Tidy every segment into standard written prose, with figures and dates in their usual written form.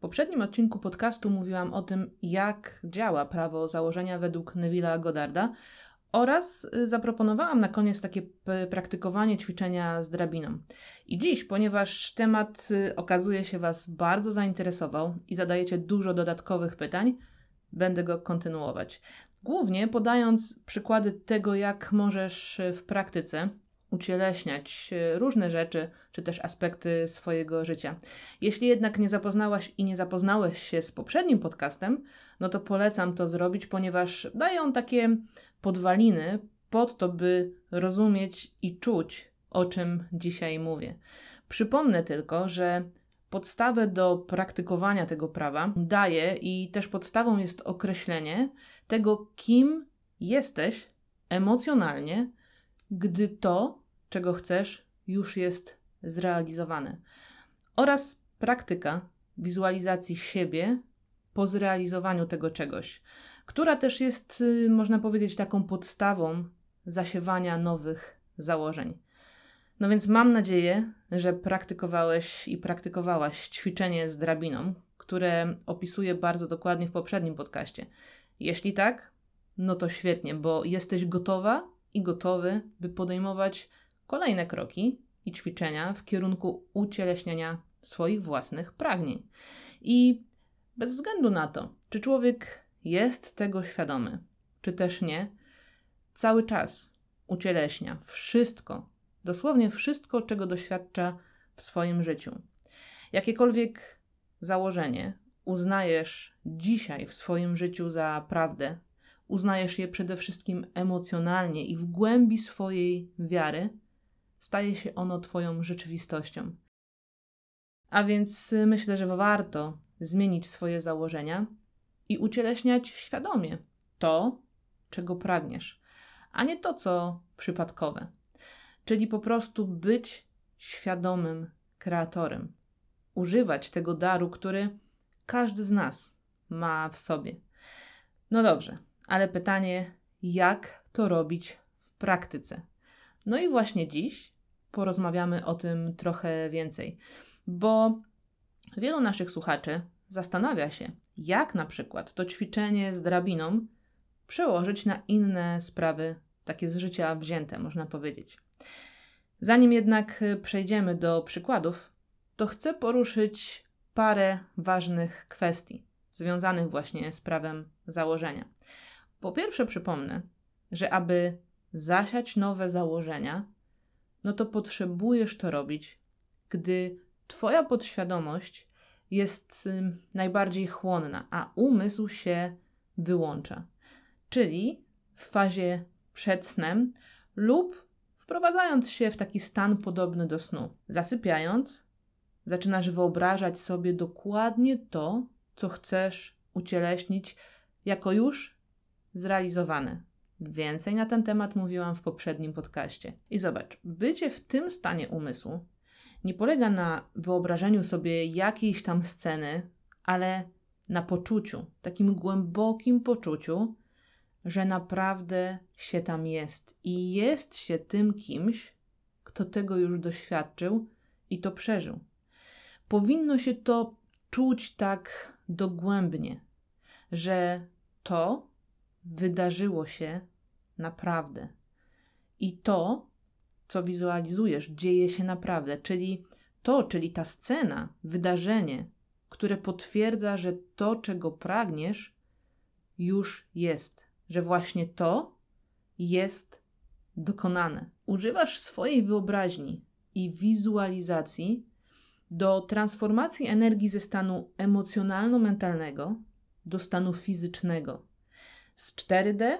poprzednim odcinku podcastu mówiłam o tym, jak działa prawo założenia według Neville'a Goddarda oraz zaproponowałam na koniec takie praktykowanie ćwiczenia z drabiną. I dziś, ponieważ temat okazuje się Was bardzo zainteresował i zadajecie dużo dodatkowych pytań, będę go kontynuować. Głównie podając przykłady tego, jak możesz w praktyce ucieleśniać różne rzeczy, czy też aspekty swojego życia. Jeśli jednak nie zapoznałaś i nie zapoznałeś się z poprzednim podcastem, no to polecam to zrobić, ponieważ daje on takie podwaliny pod to, by rozumieć i czuć, o czym dzisiaj mówię. Przypomnę tylko, że podstawę do praktykowania tego prawa daje i też podstawą jest określenie tego, kim jesteś emocjonalnie, gdy to, czego chcesz, już jest zrealizowane. Oraz praktyka wizualizacji siebie po zrealizowaniu tego czegoś, która też jest, można powiedzieć, taką podstawą zasiewania nowych założeń. No więc mam nadzieję, że praktykowałeś i praktykowałaś ćwiczenie z drabiną, które opisuję bardzo dokładnie w poprzednim podcaście. Jeśli tak, no to świetnie, bo jesteś gotowa i gotowy, by podejmować kolejne kroki i ćwiczenia w kierunku ucieleśniania swoich własnych pragnień. I bez względu na to, czy człowiek jest tego świadomy, czy też nie, cały czas ucieleśnia wszystko, dosłownie wszystko, czego doświadcza w swoim życiu. Jakiekolwiek założenie uznajesz dzisiaj w swoim życiu za prawdę, uznajesz je przede wszystkim emocjonalnie i w głębi swojej wiary, staje się ono Twoją rzeczywistością. A więc myślę, że warto zmienić swoje założenia i ucieleśniać świadomie to, czego pragniesz, a nie to, co przypadkowe. Czyli po prostu być świadomym kreatorem. Używać tego daru, który każdy z nas ma w sobie. No dobrze, ale pytanie, jak to robić w praktyce? No i właśnie dziś porozmawiamy o tym trochę więcej, bo wielu naszych słuchaczy zastanawia się, jak na przykład to ćwiczenie z drabiną przełożyć na inne sprawy, takie z życia wzięte, można powiedzieć. Zanim jednak przejdziemy do przykładów, to chcę poruszyć parę ważnych kwestii związanych właśnie z prawem założenia. Po pierwsze przypomnę, że aby zasiać nowe założenia, no to potrzebujesz to robić, gdy Twoja podświadomość jest najbardziej chłonna, a umysł się wyłącza. Czyli w fazie przed snem lub wprowadzając się w taki stan podobny do snu. Zasypiając, zaczynasz wyobrażać sobie dokładnie to, co chcesz ucieleśnić jako już zrealizowane. Więcej na ten temat mówiłam w poprzednim podcaście. I zobacz, bycie w tym stanie umysłu nie polega na wyobrażeniu sobie jakiejś tam sceny, ale na poczuciu, takim głębokim poczuciu, że naprawdę się tam jest i jest się tym kimś, kto tego już doświadczył i to przeżył. Powinno się to czuć tak dogłębnie, że to wydarzyło się naprawdę. I to, co wizualizujesz, dzieje się naprawdę, czyli ta scena, wydarzenie, które potwierdza, że to, czego pragniesz, już jest. Że właśnie to jest dokonane. Używasz swojej wyobraźni i wizualizacji do transformacji energii ze stanu emocjonalno-mentalnego do stanu fizycznego. Z 4D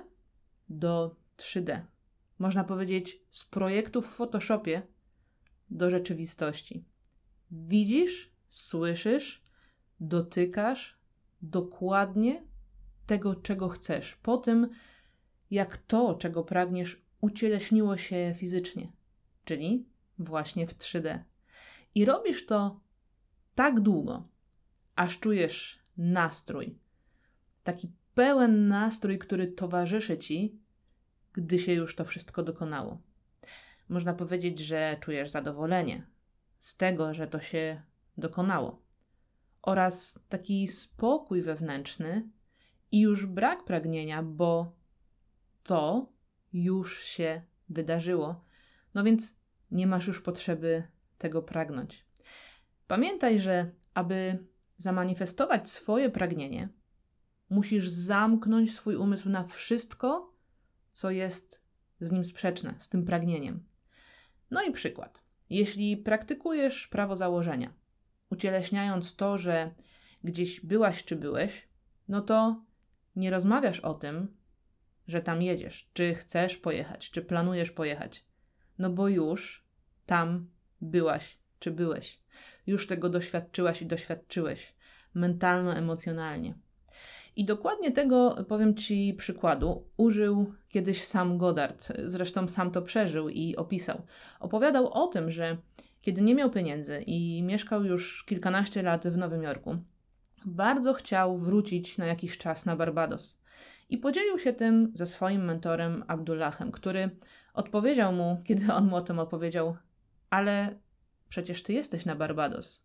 do 3D. Można powiedzieć z projektu w Photoshopie do rzeczywistości. Widzisz, słyszysz, dotykasz dokładnie tego, czego chcesz, po tym, jak to, czego pragniesz, ucieleśniło się fizycznie, czyli właśnie w 3D. I robisz to tak długo, aż czujesz nastrój, taki pełen nastrój, który towarzyszy Ci, gdy się już to wszystko dokonało. Można powiedzieć, że czujesz zadowolenie z tego, że to się dokonało. oraz taki spokój wewnętrzny i już brak pragnienia, bo to już się wydarzyło. No więc nie masz już potrzeby tego pragnąć. Pamiętaj, że aby zamanifestować swoje pragnienie, musisz zamknąć swój umysł na wszystko, co jest z nim sprzeczne, z tym pragnieniem. No i przykład. Jeśli praktykujesz prawo założenia, ucieleśniając to, że gdzieś byłaś czy byłeś, no to nie rozmawiasz o tym, że tam jedziesz, czy chcesz pojechać, czy planujesz pojechać. No bo już tam byłaś czy byłeś. Już tego doświadczyłaś i doświadczyłeś mentalno-emocjonalnie. I dokładnie tego, powiem Ci przykładu, użył kiedyś sam Goddard. Zresztą sam to przeżył i opisał. Opowiadał o tym, że kiedy nie miał pieniędzy i mieszkał już kilkanaście lat w Nowym Jorku, bardzo chciał wrócić na jakiś czas na Barbados. I podzielił się tym ze swoim mentorem Abdullahem, który odpowiedział mu, kiedy on mu o tym opowiedział: ale przecież ty jesteś na Barbados.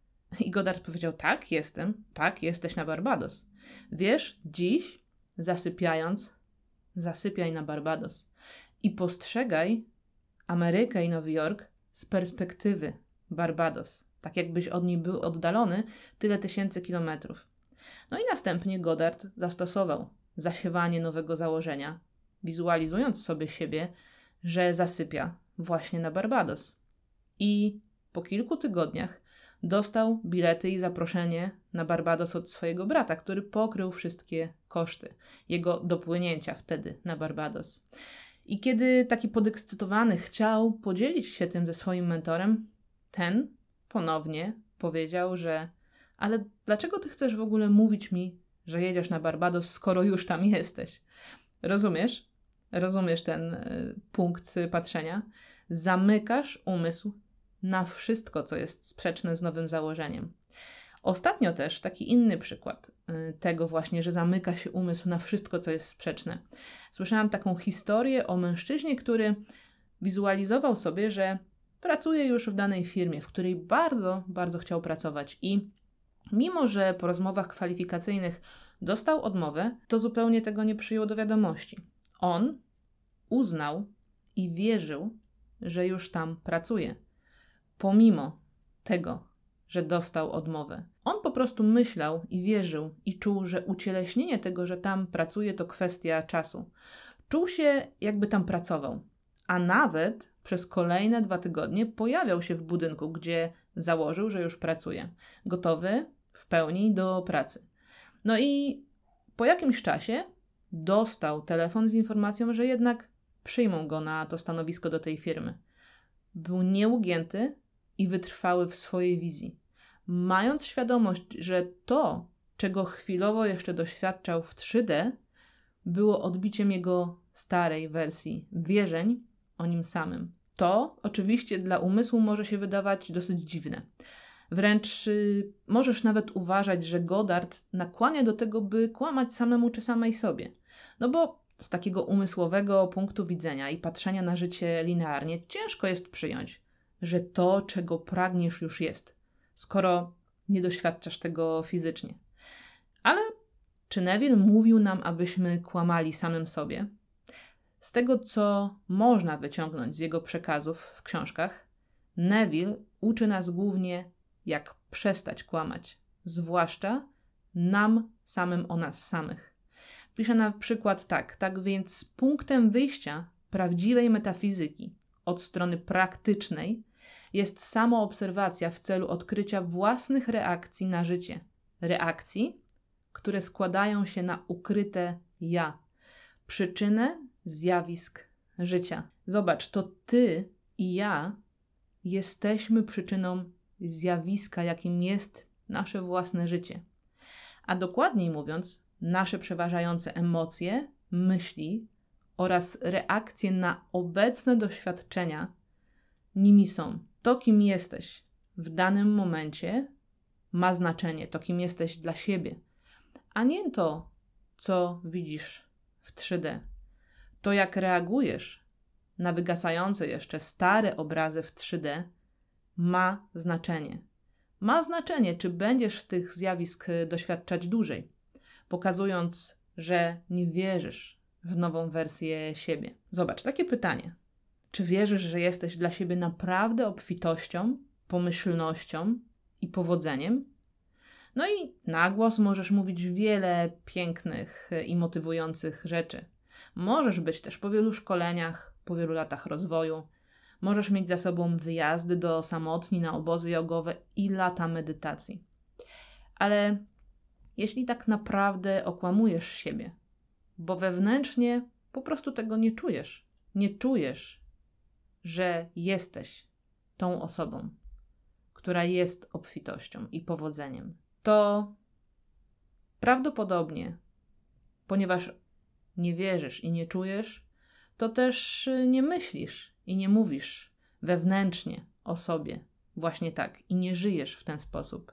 I Goddard powiedział: tak, jestem. Tak, jesteś na Barbados. Wiesz, dziś zasypiając, zasypiaj na Barbados i postrzegaj Amerykę i Nowy Jork z perspektywy Barbados. Tak jakbyś od niej był oddalony tyle tysięcy kilometrów. No i następnie Goddard zastosował zasiewanie nowego założenia, wizualizując sobie siebie, że zasypia właśnie na Barbados. I po kilku tygodniach dostał bilety i zaproszenie na Barbados od swojego brata, który pokrył wszystkie koszty jego dopłynięcia wtedy na Barbados. I kiedy taki podekscytowany chciał podzielić się tym ze swoim mentorem, ten ponownie powiedział, że ale dlaczego ty chcesz w ogóle mówić mi, że jedziesz na Barbados, skoro już tam jesteś? Rozumiesz? Rozumiesz ten punkt patrzenia? Zamykasz umysł na wszystko, co jest sprzeczne z nowym założeniem. Ostatnio też taki inny przykład tego właśnie, że zamyka się umysł na wszystko, co jest sprzeczne. Słyszałam taką historię o mężczyźnie, który wizualizował sobie, że pracuje już w danej firmie, w której bardzo, bardzo chciał pracować i mimo, że po rozmowach kwalifikacyjnych dostał odmowę, to zupełnie tego nie przyjął do wiadomości. On uznał i wierzył, że już tam pracuje, pomimo tego, że dostał odmowę. On po prostu myślał i wierzył i czuł, że ucieleśnienie tego, że tam pracuje, to kwestia czasu. Czuł się, jakby tam pracował, a nawet przez kolejne 2 tygodnie pojawiał się w budynku, gdzie założył, że już pracuje, gotowy w pełni do pracy. No i po jakimś czasie dostał telefon z informacją, że jednak przyjmą go na to stanowisko do tej firmy. Był nieugięty i wytrwały w swojej wizji, mając świadomość, że to, czego chwilowo jeszcze doświadczał w 3D, było odbiciem jego starej wersji wierzeń o nim samym. To oczywiście dla umysłu może się wydawać dosyć dziwne. Wręcz możesz nawet uważać, że Goddard nakłania do tego, by kłamać samemu czy samej sobie. No bo z takiego umysłowego punktu widzenia i patrzenia na życie linearnie ciężko jest przyjąć, że to, czego pragniesz, już jest, skoro nie doświadczasz tego fizycznie. Ale czy Neville mówił nam, abyśmy kłamali samym sobie? Z tego, co można wyciągnąć z jego przekazów w książkach, Neville uczy nas głównie, jak przestać kłamać, zwłaszcza nam samym o nas samych. Pisze na przykład tak więc punktem wyjścia prawdziwej metafizyki od strony praktycznej jest samoobserwacja w celu odkrycia własnych reakcji na życie. Reakcji, które składają się na ukryte ja, przyczynę zjawisk życia. Zobacz, to ty i ja jesteśmy przyczyną zjawiska, jakim jest nasze własne życie. A dokładniej mówiąc, nasze przeważające emocje, myśli oraz reakcje na obecne doświadczenia nimi są. To, kim jesteś w danym momencie, ma znaczenie. To, kim jesteś dla siebie, a nie to, co widzisz w 3D. To, jak reagujesz na wygasające jeszcze stare obrazy w 3D, ma znaczenie. Ma znaczenie, czy będziesz tych zjawisk doświadczać dłużej, pokazując, że nie wierzysz w nową wersję siebie. Zobacz, takie pytanie. Czy wierzysz, że jesteś dla siebie naprawdę obfitością, pomyślnością i powodzeniem? No i na głos możesz mówić wiele pięknych i motywujących rzeczy. Możesz być też po wielu szkoleniach, po wielu latach rozwoju. Możesz mieć za sobą wyjazdy do samotni na obozy jogowe i lata medytacji. Ale jeśli tak naprawdę okłamujesz siebie, bo wewnętrznie po prostu tego nie czujesz, że jesteś tą osobą, która jest obfitością i powodzeniem, to prawdopodobnie, ponieważ nie wierzysz i nie czujesz, to też nie myślisz i nie mówisz wewnętrznie o sobie właśnie tak i nie żyjesz w ten sposób.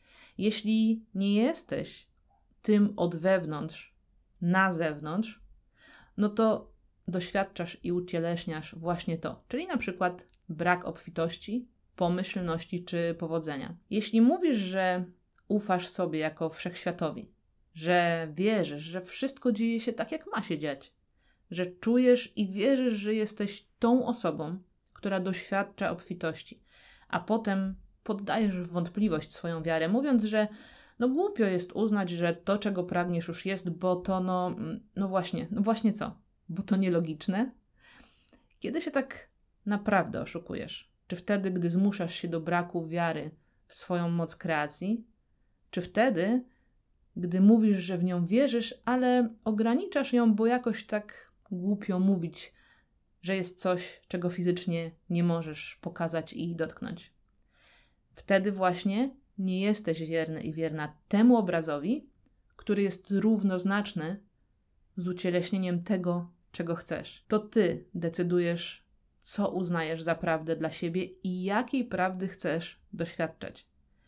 Jeśli nie jesteś tym od wewnątrz na zewnątrz, no to doświadczasz i ucieleśniasz właśnie to, czyli na przykład brak obfitości, pomyślności czy powodzenia. Jeśli mówisz, że ufasz sobie jako wszechświatowi, że wierzysz, że wszystko dzieje się tak, jak ma się dziać, że czujesz i wierzysz, że jesteś tą osobą, która doświadcza obfitości, a potem poddajesz w wątpliwość swoją wiarę, mówiąc, że głupio jest uznać, że to, czego pragniesz, już jest, bo to no właśnie co? Bo to nielogiczne? Kiedy się tak naprawdę oszukujesz? Czy wtedy, gdy zmuszasz się do braku wiary w swoją moc kreacji? Czy wtedy, gdy mówisz, że w nią wierzysz, ale ograniczasz ją, bo jakoś tak głupio mówić, że jest coś, czego fizycznie nie możesz pokazać i dotknąć? Wtedy właśnie nie jesteś wierny i wierna temu obrazowi, który jest równoznaczny z ucieleśnieniem tego, czego chcesz. To ty decydujesz, co uznajesz za prawdę dla siebie i jakiej prawdy chcesz doświadczać.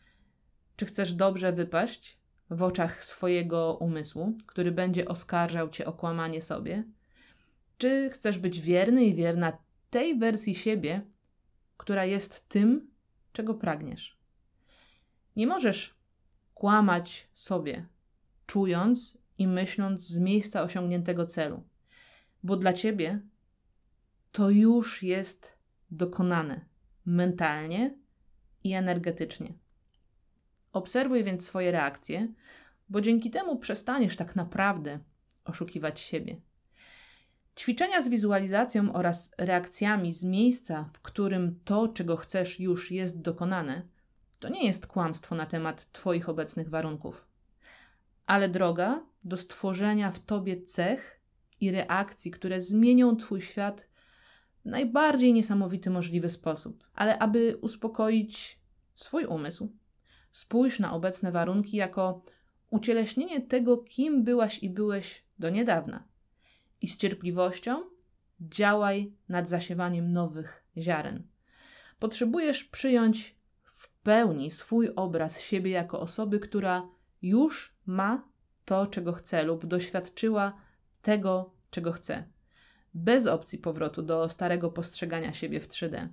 Czy chcesz dobrze wypaść w oczach swojego umysłu, który będzie oskarżał cię o kłamanie sobie? Czy chcesz być wierny i wierna tej wersji siebie, która jest tym, czego pragniesz? Nie możesz kłamać sobie, czując i myśląc z miejsca osiągniętego celu, bo dla ciebie to już jest dokonane mentalnie i energetycznie. Obserwuj więc swoje reakcje, bo dzięki temu przestaniesz tak naprawdę oszukiwać siebie. Ćwiczenia z wizualizacją oraz reakcjami z miejsca, w którym to, czego chcesz, już jest dokonane, to nie jest kłamstwo na temat twoich obecnych warunków, ale droga do stworzenia w tobie cech i reakcji, które zmienią twój świat w najbardziej niesamowity możliwy sposób. Ale aby uspokoić swój umysł, spójrz na obecne warunki jako ucieleśnienie tego, kim byłaś i byłeś do niedawna. I z cierpliwością działaj nad zasiewaniem nowych ziaren. Potrzebujesz przyjąć w pełni swój obraz siebie jako osoby, która już ma to, czego chce lub doświadczyła tego, czego chce. Bez opcji powrotu do starego postrzegania siebie w 3D.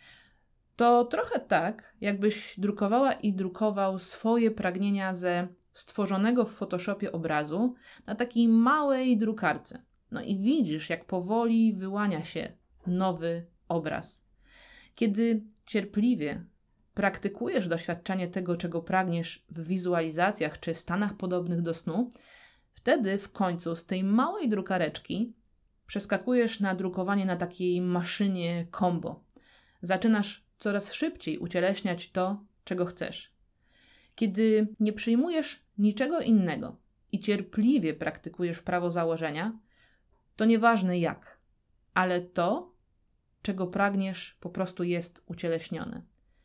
To trochę tak, jakbyś drukowała i drukował swoje pragnienia ze stworzonego w Photoshopie obrazu na takiej małej drukarce. No i widzisz, jak powoli wyłania się nowy obraz. Kiedy cierpliwie praktykujesz doświadczanie tego, czego pragniesz w wizualizacjach czy stanach podobnych do snu, wtedy w końcu z tej małej drukareczki przeskakujesz na drukowanie na takiej maszynie combo. Zaczynasz coraz szybciej ucieleśniać to, czego chcesz. Kiedy nie przyjmujesz niczego innego i cierpliwie praktykujesz prawo założenia, to nieważne jak, ale to, czego pragniesz, po prostu jest ucieleśnione.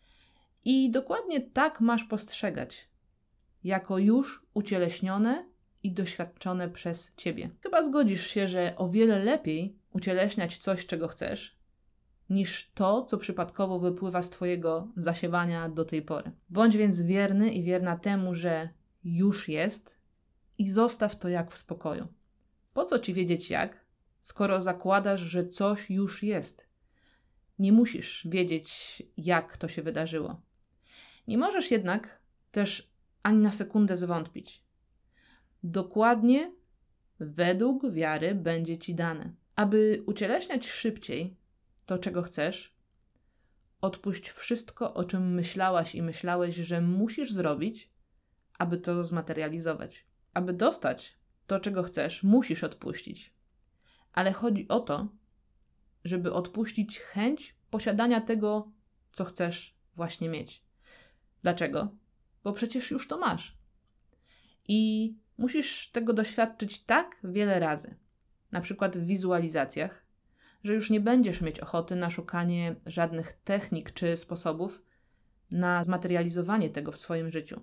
I dokładnie tak masz postrzegać, jako już ucieleśnione i doświadczone przez ciebie. Chyba zgodzisz się, że o wiele lepiej ucieleśniać coś, czego chcesz, niż to, co przypadkowo wypływa z twojego zasiewania do tej pory. Bądź więc wierny i wierna temu, że już jest i zostaw to jak w spokoju. Po co ci wiedzieć jak, skoro zakładasz, że coś już jest? Nie musisz wiedzieć, jak to się wydarzyło. Nie możesz jednak też ani na sekundę zwątpić. Dokładnie według wiary będzie ci dane. Aby ucieleśniać szybciej to, czego chcesz, odpuść wszystko, o czym myślałaś i myślałeś, że musisz zrobić, aby to zmaterializować. Aby dostać to, czego chcesz, musisz odpuścić. Ale chodzi o to, żeby odpuścić chęć posiadania tego, co chcesz właśnie mieć. Dlaczego? Bo przecież już to masz. I musisz tego doświadczyć tak wiele razy, na przykład w wizualizacjach, że już nie będziesz mieć ochoty na szukanie żadnych technik czy sposobów na zmaterializowanie tego w swoim życiu.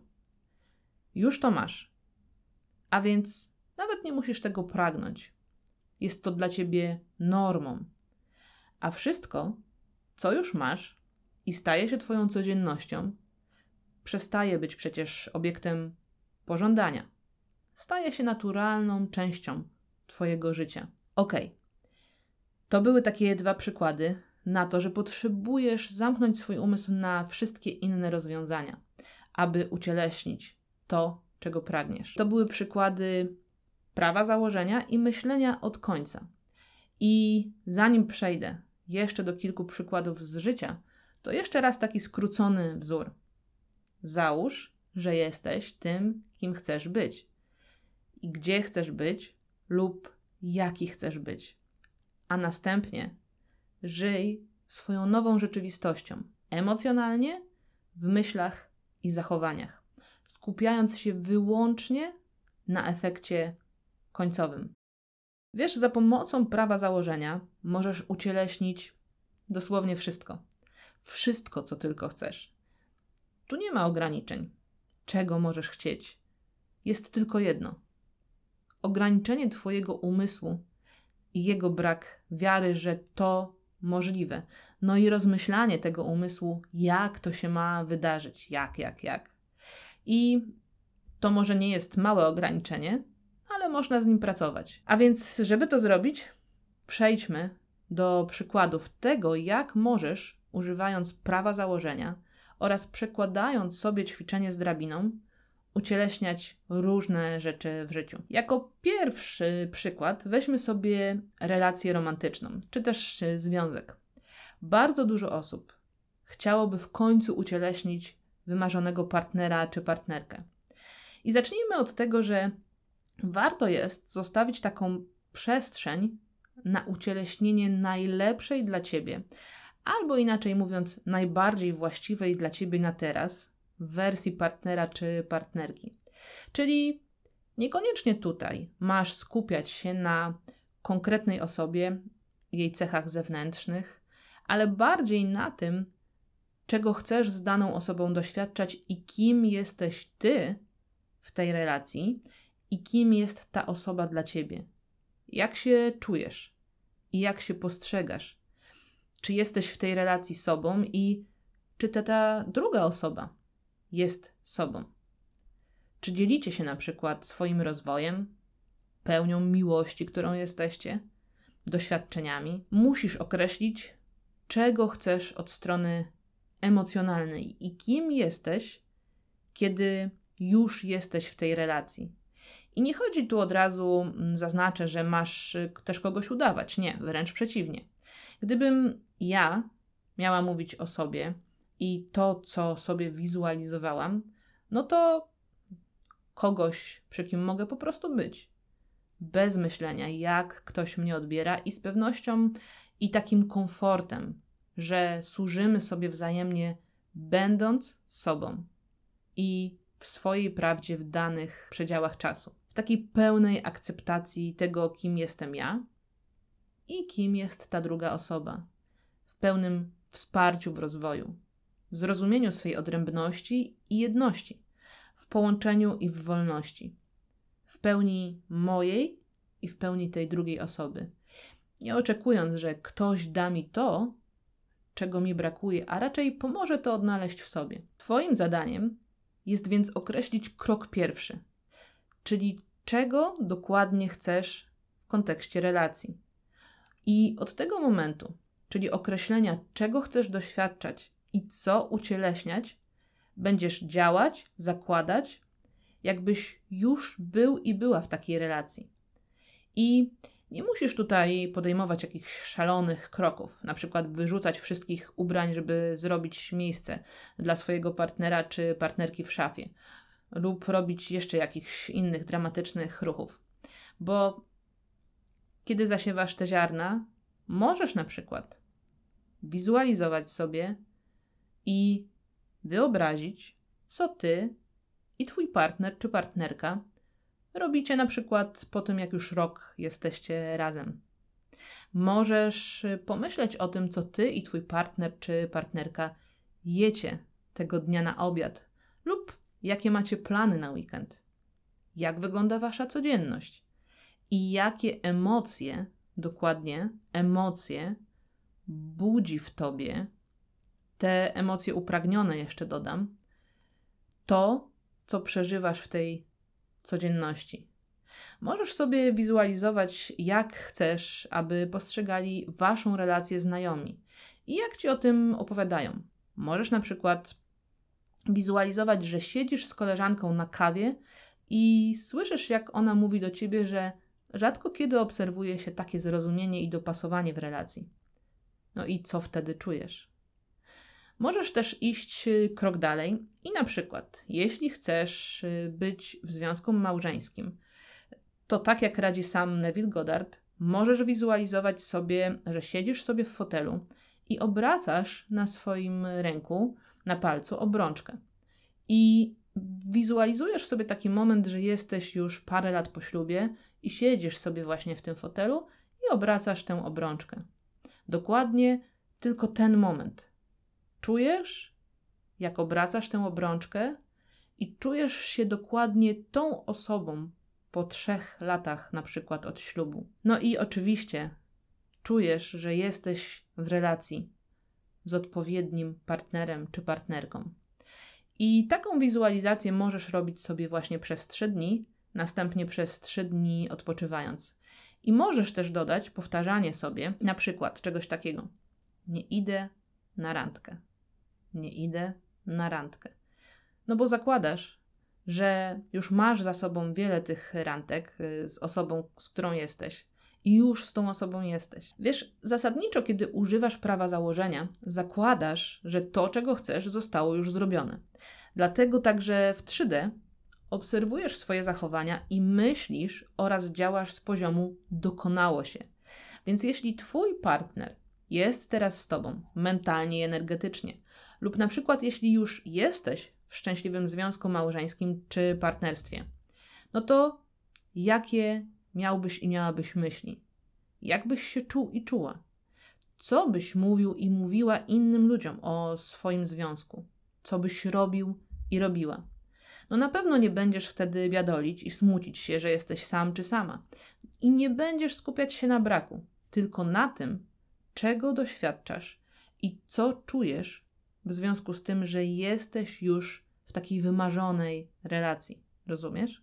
Już to masz. A więc nawet nie musisz tego pragnąć. Jest to dla ciebie normą. A wszystko, co już masz i staje się twoją codziennością, przestaje być przecież obiektem pożądania. Staje się naturalną częścią twojego życia. Okej. To były takie 2 przykłady na to, że potrzebujesz zamknąć swój umysł na wszystkie inne rozwiązania, aby ucieleśnić to, czego pragniesz. To były przykłady prawa założenia i myślenia od końca. I zanim przejdę jeszcze do kilku przykładów z życia, to jeszcze raz taki skrócony wzór. Załóż, że jesteś tym, kim chcesz być. I gdzie chcesz być lub jaki chcesz być. A następnie żyj swoją nową rzeczywistością, emocjonalnie, w myślach i zachowaniach, skupiając się wyłącznie na efekcie końcowym. Wiesz, za pomocą prawa założenia możesz ucieleśnić dosłownie wszystko. Wszystko, co tylko chcesz. Tu nie ma ograniczeń. Czego możesz chcieć? Jest tylko jedno. Ograniczenie twojego umysłu i jego brak wiary, że to możliwe. No i rozmyślanie tego umysłu, jak to się ma wydarzyć. Jak. I to może nie jest małe ograniczenie, ale można z nim pracować. A więc, żeby to zrobić, przejdźmy do przykładów tego, jak możesz, używając prawa założenia oraz przekładając sobie ćwiczenie z drabiną, ucieleśniać różne rzeczy w życiu. Jako pierwszy przykład weźmy sobie relację romantyczną, czy też związek. Bardzo dużo osób chciałoby w końcu ucieleśnić wymarzonego partnera czy partnerkę. I zacznijmy od tego, że warto jest zostawić taką przestrzeń na ucieleśnienie najlepszej dla ciebie, albo inaczej mówiąc, najbardziej właściwej dla ciebie na teraz wersji partnera czy partnerki. Czyli niekoniecznie tutaj masz skupiać się na konkretnej osobie, jej cechach zewnętrznych, ale bardziej na tym, czego chcesz z daną osobą doświadczać i kim jesteś ty w tej relacji i kim jest ta osoba dla ciebie. Jak się czujesz i jak się postrzegasz. Czy jesteś w tej relacji sobą i czy ta druga osoba jest sobą. Czy dzielicie się na przykład swoim rozwojem, pełnią miłości, którą jesteście, doświadczeniami? Musisz określić, czego chcesz od strony emocjonalnej i kim jesteś, kiedy już jesteś w tej relacji. I nie chodzi tu od razu, zaznaczę, że masz też kogoś udawać. Nie, wręcz przeciwnie. Gdybym ja miała mówić o sobie i to, co sobie wizualizowałam, no to kogoś, przy kim mogę po prostu być. Bez myślenia, jak ktoś mnie odbiera i z pewnością i takim komfortem, że służymy sobie wzajemnie, będąc sobą i w swojej prawdzie w danych przedziałach czasu. W takiej pełnej akceptacji tego, kim jestem ja i kim jest ta druga osoba. W pełnym wsparciu w rozwoju, w zrozumieniu swej odrębności i jedności, w połączeniu i w wolności, w pełni mojej i w pełni tej drugiej osoby. Nie oczekując, że ktoś da mi to, czego mi brakuje, a raczej pomoże to odnaleźć w sobie. Twoim zadaniem jest więc określić krok pierwszy, czyli czego dokładnie chcesz w kontekście relacji. I od tego momentu, czyli określenia, czego chcesz doświadczać i co ucieleśniać, Będziesz działać, zakładać, jakbyś już był i była w takiej relacji. I nie musisz tutaj podejmować jakichś szalonych kroków, na przykład wyrzucać wszystkich ubrań, żeby zrobić miejsce dla swojego partnera czy partnerki w szafie, lub robić jeszcze jakichś innych dramatycznych ruchów. Bo kiedy zasiewasz te ziarna, możesz na przykład wizualizować sobie i wyobrazić, co ty i twój partner czy partnerka robicie na przykład po tym, jak już rok jesteście razem. Możesz pomyśleć o tym, co ty i twój partner czy partnerka jecie tego dnia na obiad lub jakie macie plany na weekend. Jak wygląda wasza codzienność i jakie emocje, dokładnie emocje, budzi w tobie, te emocje upragnione jeszcze dodam, to, co przeżywasz w tej codzienności. Możesz sobie wizualizować, jak chcesz, aby postrzegali waszą relację znajomi i jak ci o tym opowiadają. Możesz na przykład wizualizować, że siedzisz z koleżanką na kawie i słyszysz, jak ona mówi do ciebie, że rzadko kiedy obserwuje się takie zrozumienie i dopasowanie w relacji. No i co wtedy czujesz? Możesz też iść krok dalej i na przykład, jeśli chcesz być w związku małżeńskim, to tak jak radzi sam Neville Goddard, możesz wizualizować sobie, że siedzisz sobie w fotelu i obracasz na swoim ręku, na palcu obrączkę. I wizualizujesz sobie taki moment, że jesteś już parę lat po ślubie i siedzisz sobie właśnie w tym fotelu i obracasz tę obrączkę. Dokładnie tylko ten moment. Czujesz, jak obracasz tę obrączkę i czujesz się dokładnie tą osobą po 3 latach na przykład od ślubu. No i oczywiście czujesz, że jesteś w relacji z odpowiednim partnerem czy partnerką. I taką wizualizację możesz robić sobie właśnie przez 3 dni, następnie przez 3 dni odpoczywając. I możesz też dodać powtarzanie sobie na przykład czegoś takiego. Nie idę na randkę. Nie idę na randkę. No bo zakładasz, że już masz za sobą wiele tych randek z osobą, z którą jesteś i już z tą osobą jesteś. Wiesz, zasadniczo, kiedy używasz prawa założenia, zakładasz, że to, czego chcesz, zostało już zrobione. Dlatego także w 3D obserwujesz swoje zachowania i myślisz oraz działasz z poziomu dokonało się. Więc jeśli twój partner jest teraz z tobą mentalnie i energetycznie, lub na przykład jeśli już jesteś w szczęśliwym związku małżeńskim czy partnerstwie, no to jakie miałbyś i miałabyś myśli? Jak byś się czuł i czuła? Co byś mówił i mówiła innym ludziom o swoim związku? Co byś robił i robiła? No na pewno nie będziesz wtedy biadolić i smucić się, że jesteś sam czy sama. I nie będziesz skupiać się na braku, tylko na tym, czego doświadczasz i co czujesz w związku z tym, że jesteś już w takiej wymarzonej relacji. Rozumiesz?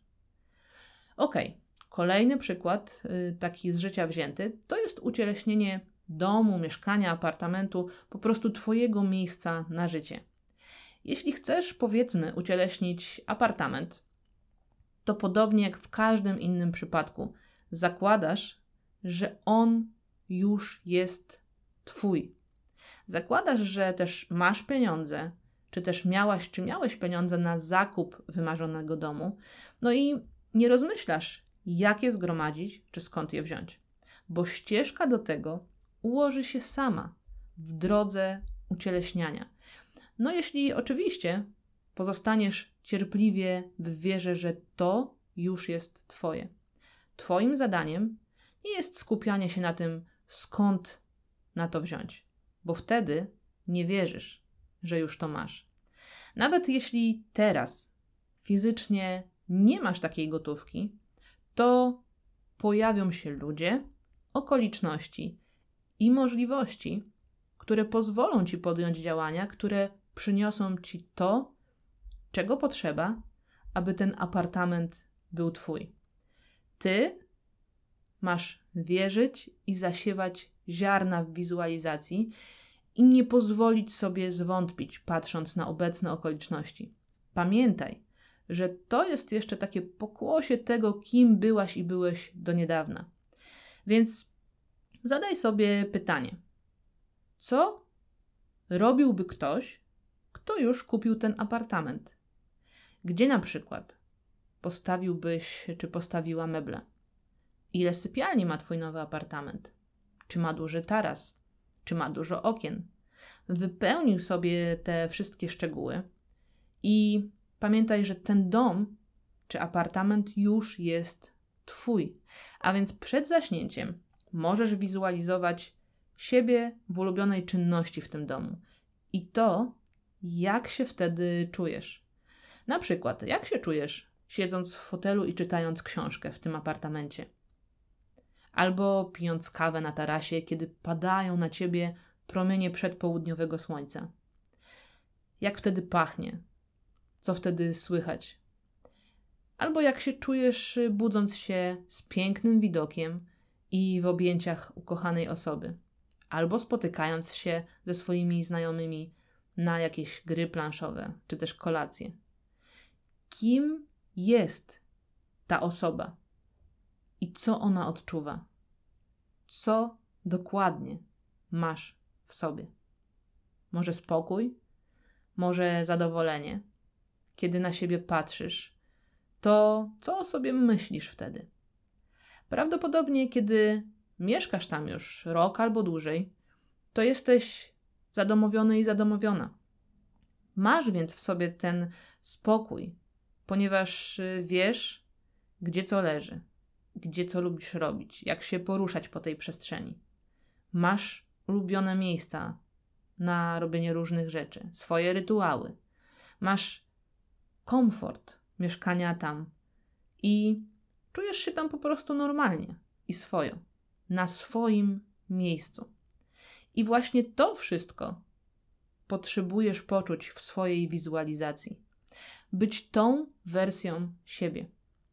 Okej. Kolejny przykład, taki z życia wzięty, to jest ucieleśnienie domu, mieszkania, apartamentu, po prostu twojego miejsca na życie. Jeśli chcesz, powiedzmy, ucieleśnić apartament, to podobnie jak w każdym innym przypadku, zakładasz, że on już jest twój. Zakładasz, że też masz pieniądze, czy też miałaś, czy miałeś pieniądze na zakup wymarzonego domu, no i nie rozmyślasz, jak je zgromadzić, czy skąd je wziąć, bo ścieżka do tego ułoży się sama w drodze ucieleśniania. No jeśli oczywiście pozostaniesz cierpliwie w wierze, że to już jest twoje. Twoim zadaniem nie jest skupianie się na tym, skąd na to wziąć, bo wtedy nie wierzysz, że już to masz. Nawet jeśli teraz fizycznie nie masz takiej gotówki, to pojawią się ludzie, okoliczności i możliwości, które pozwolą ci podjąć działania, które przyniosą ci to, czego potrzeba, aby ten apartament był twój. Ty masz wierzyć i zasiewać ziarna w wizualizacji i nie pozwolić sobie zwątpić, patrząc na obecne okoliczności. Pamiętaj, że to jest jeszcze takie pokłosie tego, kim byłaś i byłeś do niedawna. Więc zadaj sobie pytanie, co robiłby ktoś, kto już kupił ten apartament? Gdzie na przykład postawiłbyś czy postawiła meble? Ile sypialni ma twój nowy apartament? Czy ma duży taras? Czy ma dużo okien? Wypełnił sobie te wszystkie szczegóły i pamiętaj, że ten dom czy apartament już jest twój. A więc przed zaśnięciem możesz wizualizować siebie w ulubionej czynności w tym domu i to, jak się wtedy czujesz. Na przykład, jak się czujesz siedząc w fotelu i czytając książkę w tym apartamencie? Albo pijąc kawę na tarasie, kiedy padają na ciebie promienie przedpołudniowego słońca. Jak wtedy pachnie? Co wtedy słychać? Albo jak się czujesz, budząc się z pięknym widokiem i w objęciach ukochanej osoby. Albo spotykając się ze swoimi znajomymi na jakieś gry planszowe, czy też kolacje. Kim jest ta osoba? I co ona odczuwa? Co dokładnie masz w sobie? Może spokój? Może zadowolenie? Kiedy na siebie patrzysz, to co o sobie myślisz wtedy? Prawdopodobnie, kiedy mieszkasz tam już rok albo dłużej, to jesteś zadomowiony i zadomowiona. Masz więc w sobie ten spokój, ponieważ wiesz, gdzie co leży, gdzie co lubisz robić, jak się poruszać po tej przestrzeni. Masz ulubione miejsca na robienie różnych rzeczy, swoje rytuały. Masz komfort mieszkania tam i czujesz się tam po prostu normalnie i swojo, na swoim miejscu. I właśnie to wszystko potrzebujesz poczuć w swojej wizualizacji. Być tą wersją siebie.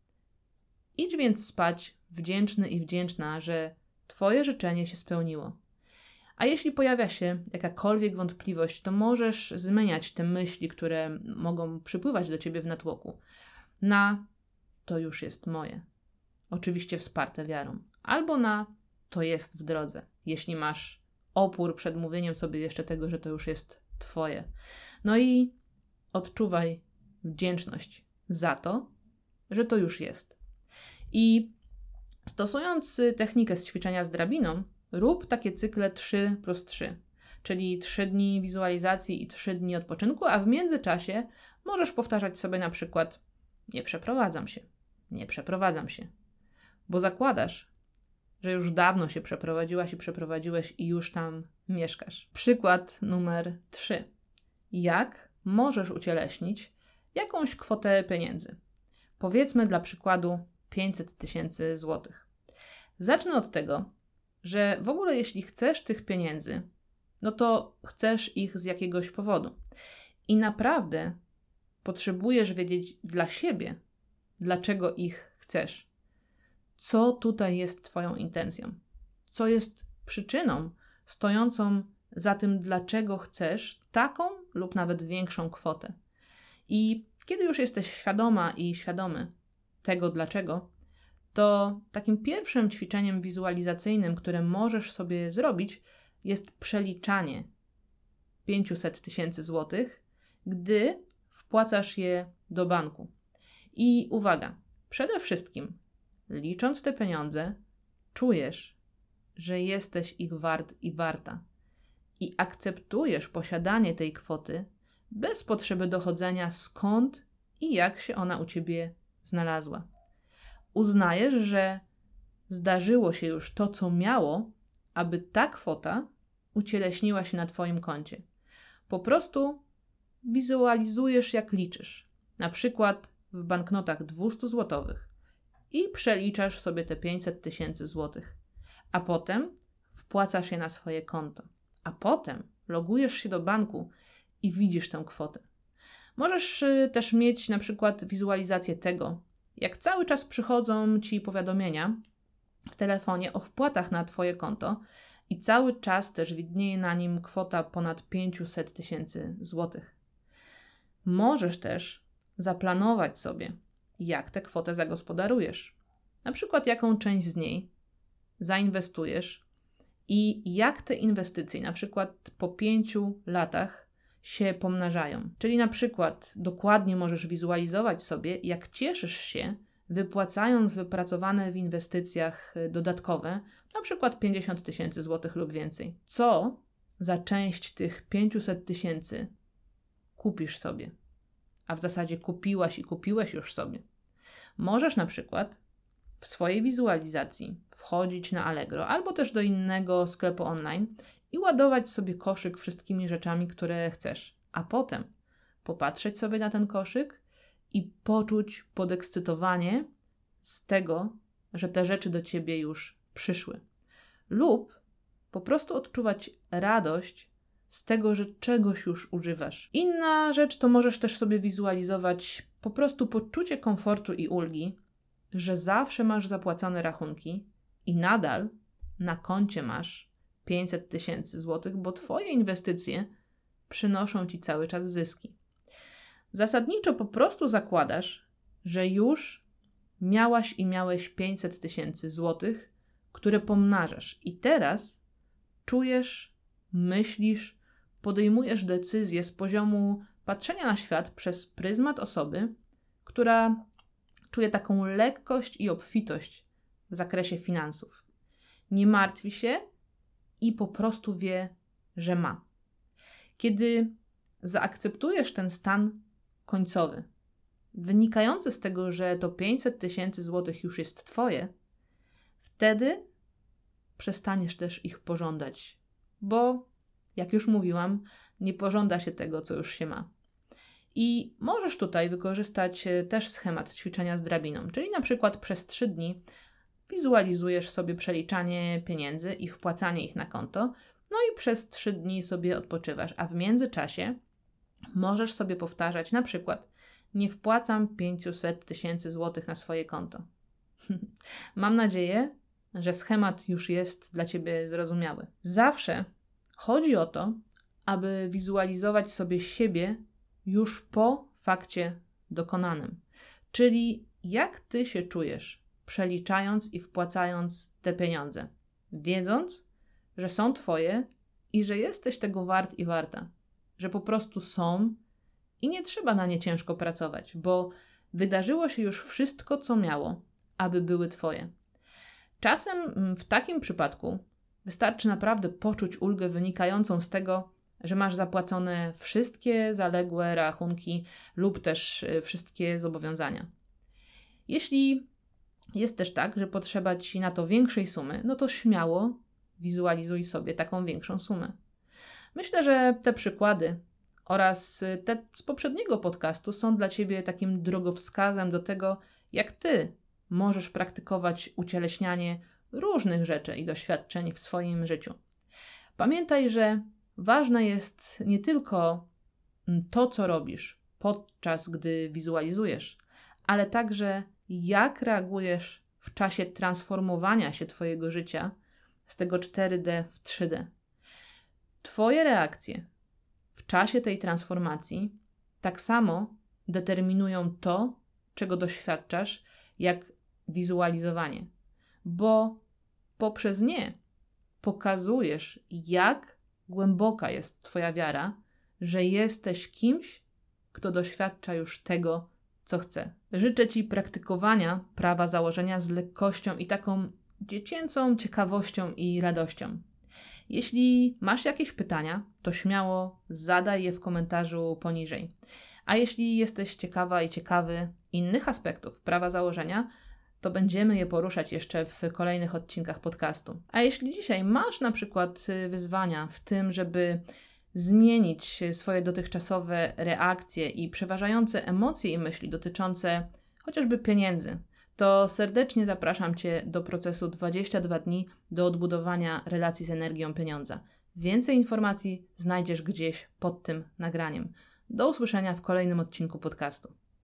Idź więc spać wdzięczny i wdzięczna, że twoje życzenie się spełniło. A jeśli pojawia się jakakolwiek wątpliwość, to możesz zmieniać te myśli, które mogą przypływać do ciebie w natłoku, na to już jest moje. Oczywiście wsparte wiarą. Albo na to jest w drodze, jeśli masz opór przed mówieniem sobie jeszcze tego, że to już jest twoje. No i odczuwaj wdzięczność za to, że to już jest. I stosując technikę z ćwiczenia z drabiną, rób takie cykle 3+3, czyli 3 dni wizualizacji i 3 dni odpoczynku, a w międzyczasie możesz powtarzać sobie na przykład nie przeprowadzam się, nie przeprowadzam się, bo zakładasz, że już dawno się przeprowadziłaś i przeprowadziłeś i już tam mieszkasz. Przykład numer 3. Jak możesz ucieleśnić jakąś kwotę pieniędzy? Powiedzmy dla przykładu 500 000 złotych. Zacznę od tego, że w ogóle jeśli chcesz tych pieniędzy, no to chcesz ich z jakiegoś powodu. I naprawdę potrzebujesz wiedzieć dla siebie, dlaczego ich chcesz. Co tutaj jest twoją intencją? Co jest przyczyną stojącą za tym, dlaczego chcesz taką lub nawet większą kwotę? I kiedy już jesteś świadoma i świadomy tego dlaczego, to takim pierwszym ćwiczeniem wizualizacyjnym, które możesz sobie zrobić, jest przeliczanie 500 000 złotych, gdy wpłacasz je do banku. I uwaga, przede wszystkim licząc te pieniądze, czujesz, że jesteś ich wart i warta i akceptujesz posiadanie tej kwoty bez potrzeby dochodzenia skąd i jak się ona u ciebie znalazła. Uznajesz, że zdarzyło się już to, co miało, aby ta kwota ucieleśniła się na twoim koncie. Po prostu wizualizujesz, jak liczysz. Na przykład w banknotach 200 złotowych i przeliczasz sobie te 500 000 złotych. A potem wpłacasz je na swoje konto. A potem logujesz się do banku i widzisz tę kwotę. Możesz też mieć na przykład wizualizację tego, jak cały czas przychodzą ci powiadomienia w telefonie o wpłatach na twoje konto i cały czas też widnieje na nim kwota ponad 500 000 złotych. Możesz też zaplanować sobie, jak tę kwotę zagospodarujesz. Na przykład jaką część z niej zainwestujesz i jak te inwestycje, na przykład po 5 latach, się pomnażają. Czyli na przykład dokładnie możesz wizualizować sobie, jak cieszysz się, wypłacając wypracowane w inwestycjach dodatkowe, na przykład 50 000 złotych lub więcej. Co za część tych 500 000 kupisz sobie? A w zasadzie kupiłaś i kupiłeś już sobie. Możesz na przykład w swojej wizualizacji wchodzić na Allegro albo też do innego sklepu online i ładować sobie koszyk wszystkimi rzeczami, które chcesz, a potem popatrzeć sobie na ten koszyk i poczuć podekscytowanie z tego, że te rzeczy do ciebie już przyszły. Lub po prostu odczuwać radość z tego, że czegoś już używasz. Inna rzecz to możesz też sobie wizualizować po prostu poczucie komfortu i ulgi, że zawsze masz zapłacone rachunki i nadal na koncie masz 500 000 złotych, bo twoje inwestycje przynoszą ci cały czas zyski. Zasadniczo po prostu zakładasz, że już miałaś i miałeś 500 000 złotych, które pomnażasz i teraz czujesz, myślisz, podejmujesz decyzje z poziomu patrzenia na świat przez pryzmat osoby, która czuje taką lekkość i obfitość w zakresie finansów. Nie martwi się i po prostu wie, że ma. Kiedy zaakceptujesz ten stan końcowy, wynikający z tego, że to 500 000 złotych już jest twoje, wtedy przestaniesz też ich pożądać, bo, jak już mówiłam, nie pożąda się tego, co już się ma. I możesz tutaj wykorzystać też schemat ćwiczenia z drabiną, czyli na przykład przez 3 dni wizualizujesz sobie przeliczanie pieniędzy i wpłacanie ich na konto, no i przez 3 dni sobie odpoczywasz, a w międzyczasie możesz sobie powtarzać na przykład: nie wpłacam 500 000 złotych na swoje konto. Mam nadzieję, że schemat już jest dla ciebie zrozumiały. Zawsze chodzi o to, aby wizualizować sobie siebie już po fakcie dokonanym. Czyli jak ty się czujesz, przeliczając i wpłacając te pieniądze, wiedząc, że są twoje i że jesteś tego wart i warta, że po prostu są i nie trzeba na nie ciężko pracować, bo wydarzyło się już wszystko, co miało, aby były twoje. Czasem w takim przypadku wystarczy naprawdę poczuć ulgę wynikającą z tego, że masz zapłacone wszystkie zaległe rachunki lub też wszystkie zobowiązania. Jeśli jest też tak, że potrzeba ci na to większej sumy, no to śmiało wizualizuj sobie taką większą sumę. Myślę, że te przykłady oraz te z poprzedniego podcastu są dla ciebie takim drogowskazem do tego, jak ty możesz praktykować ucieleśnianie różnych rzeczy i doświadczeń w swoim życiu. Pamiętaj, że ważne jest nie tylko to, co robisz podczas gdy wizualizujesz, ale także jak reagujesz w czasie transformowania się twojego życia z tego 4D w 3D. Twoje reakcje w czasie tej transformacji tak samo determinują to, czego doświadczasz, jak wizualizowanie, bo poprzez nie pokazujesz, jak głęboka jest twoja wiara, że jesteś kimś, kto doświadcza już tego, co chce. Życzę ci praktykowania prawa założenia z lekkością i taką dziecięcą ciekawością i radością. Jeśli masz jakieś pytania, to śmiało zadaj je w komentarzu poniżej. A jeśli jesteś ciekawa i ciekawy innych aspektów prawa założenia, to będziemy je poruszać jeszcze w kolejnych odcinkach podcastu. A jeśli dzisiaj masz na przykład wyzwania w tym, żeby zmienić swoje dotychczasowe reakcje i przeważające emocje i myśli dotyczące chociażby pieniędzy, to serdecznie zapraszam Cię do procesu 22 dni do odbudowania relacji z energią pieniądza. Więcej informacji znajdziesz gdzieś pod tym nagraniem. Do usłyszenia w kolejnym odcinku podcastu.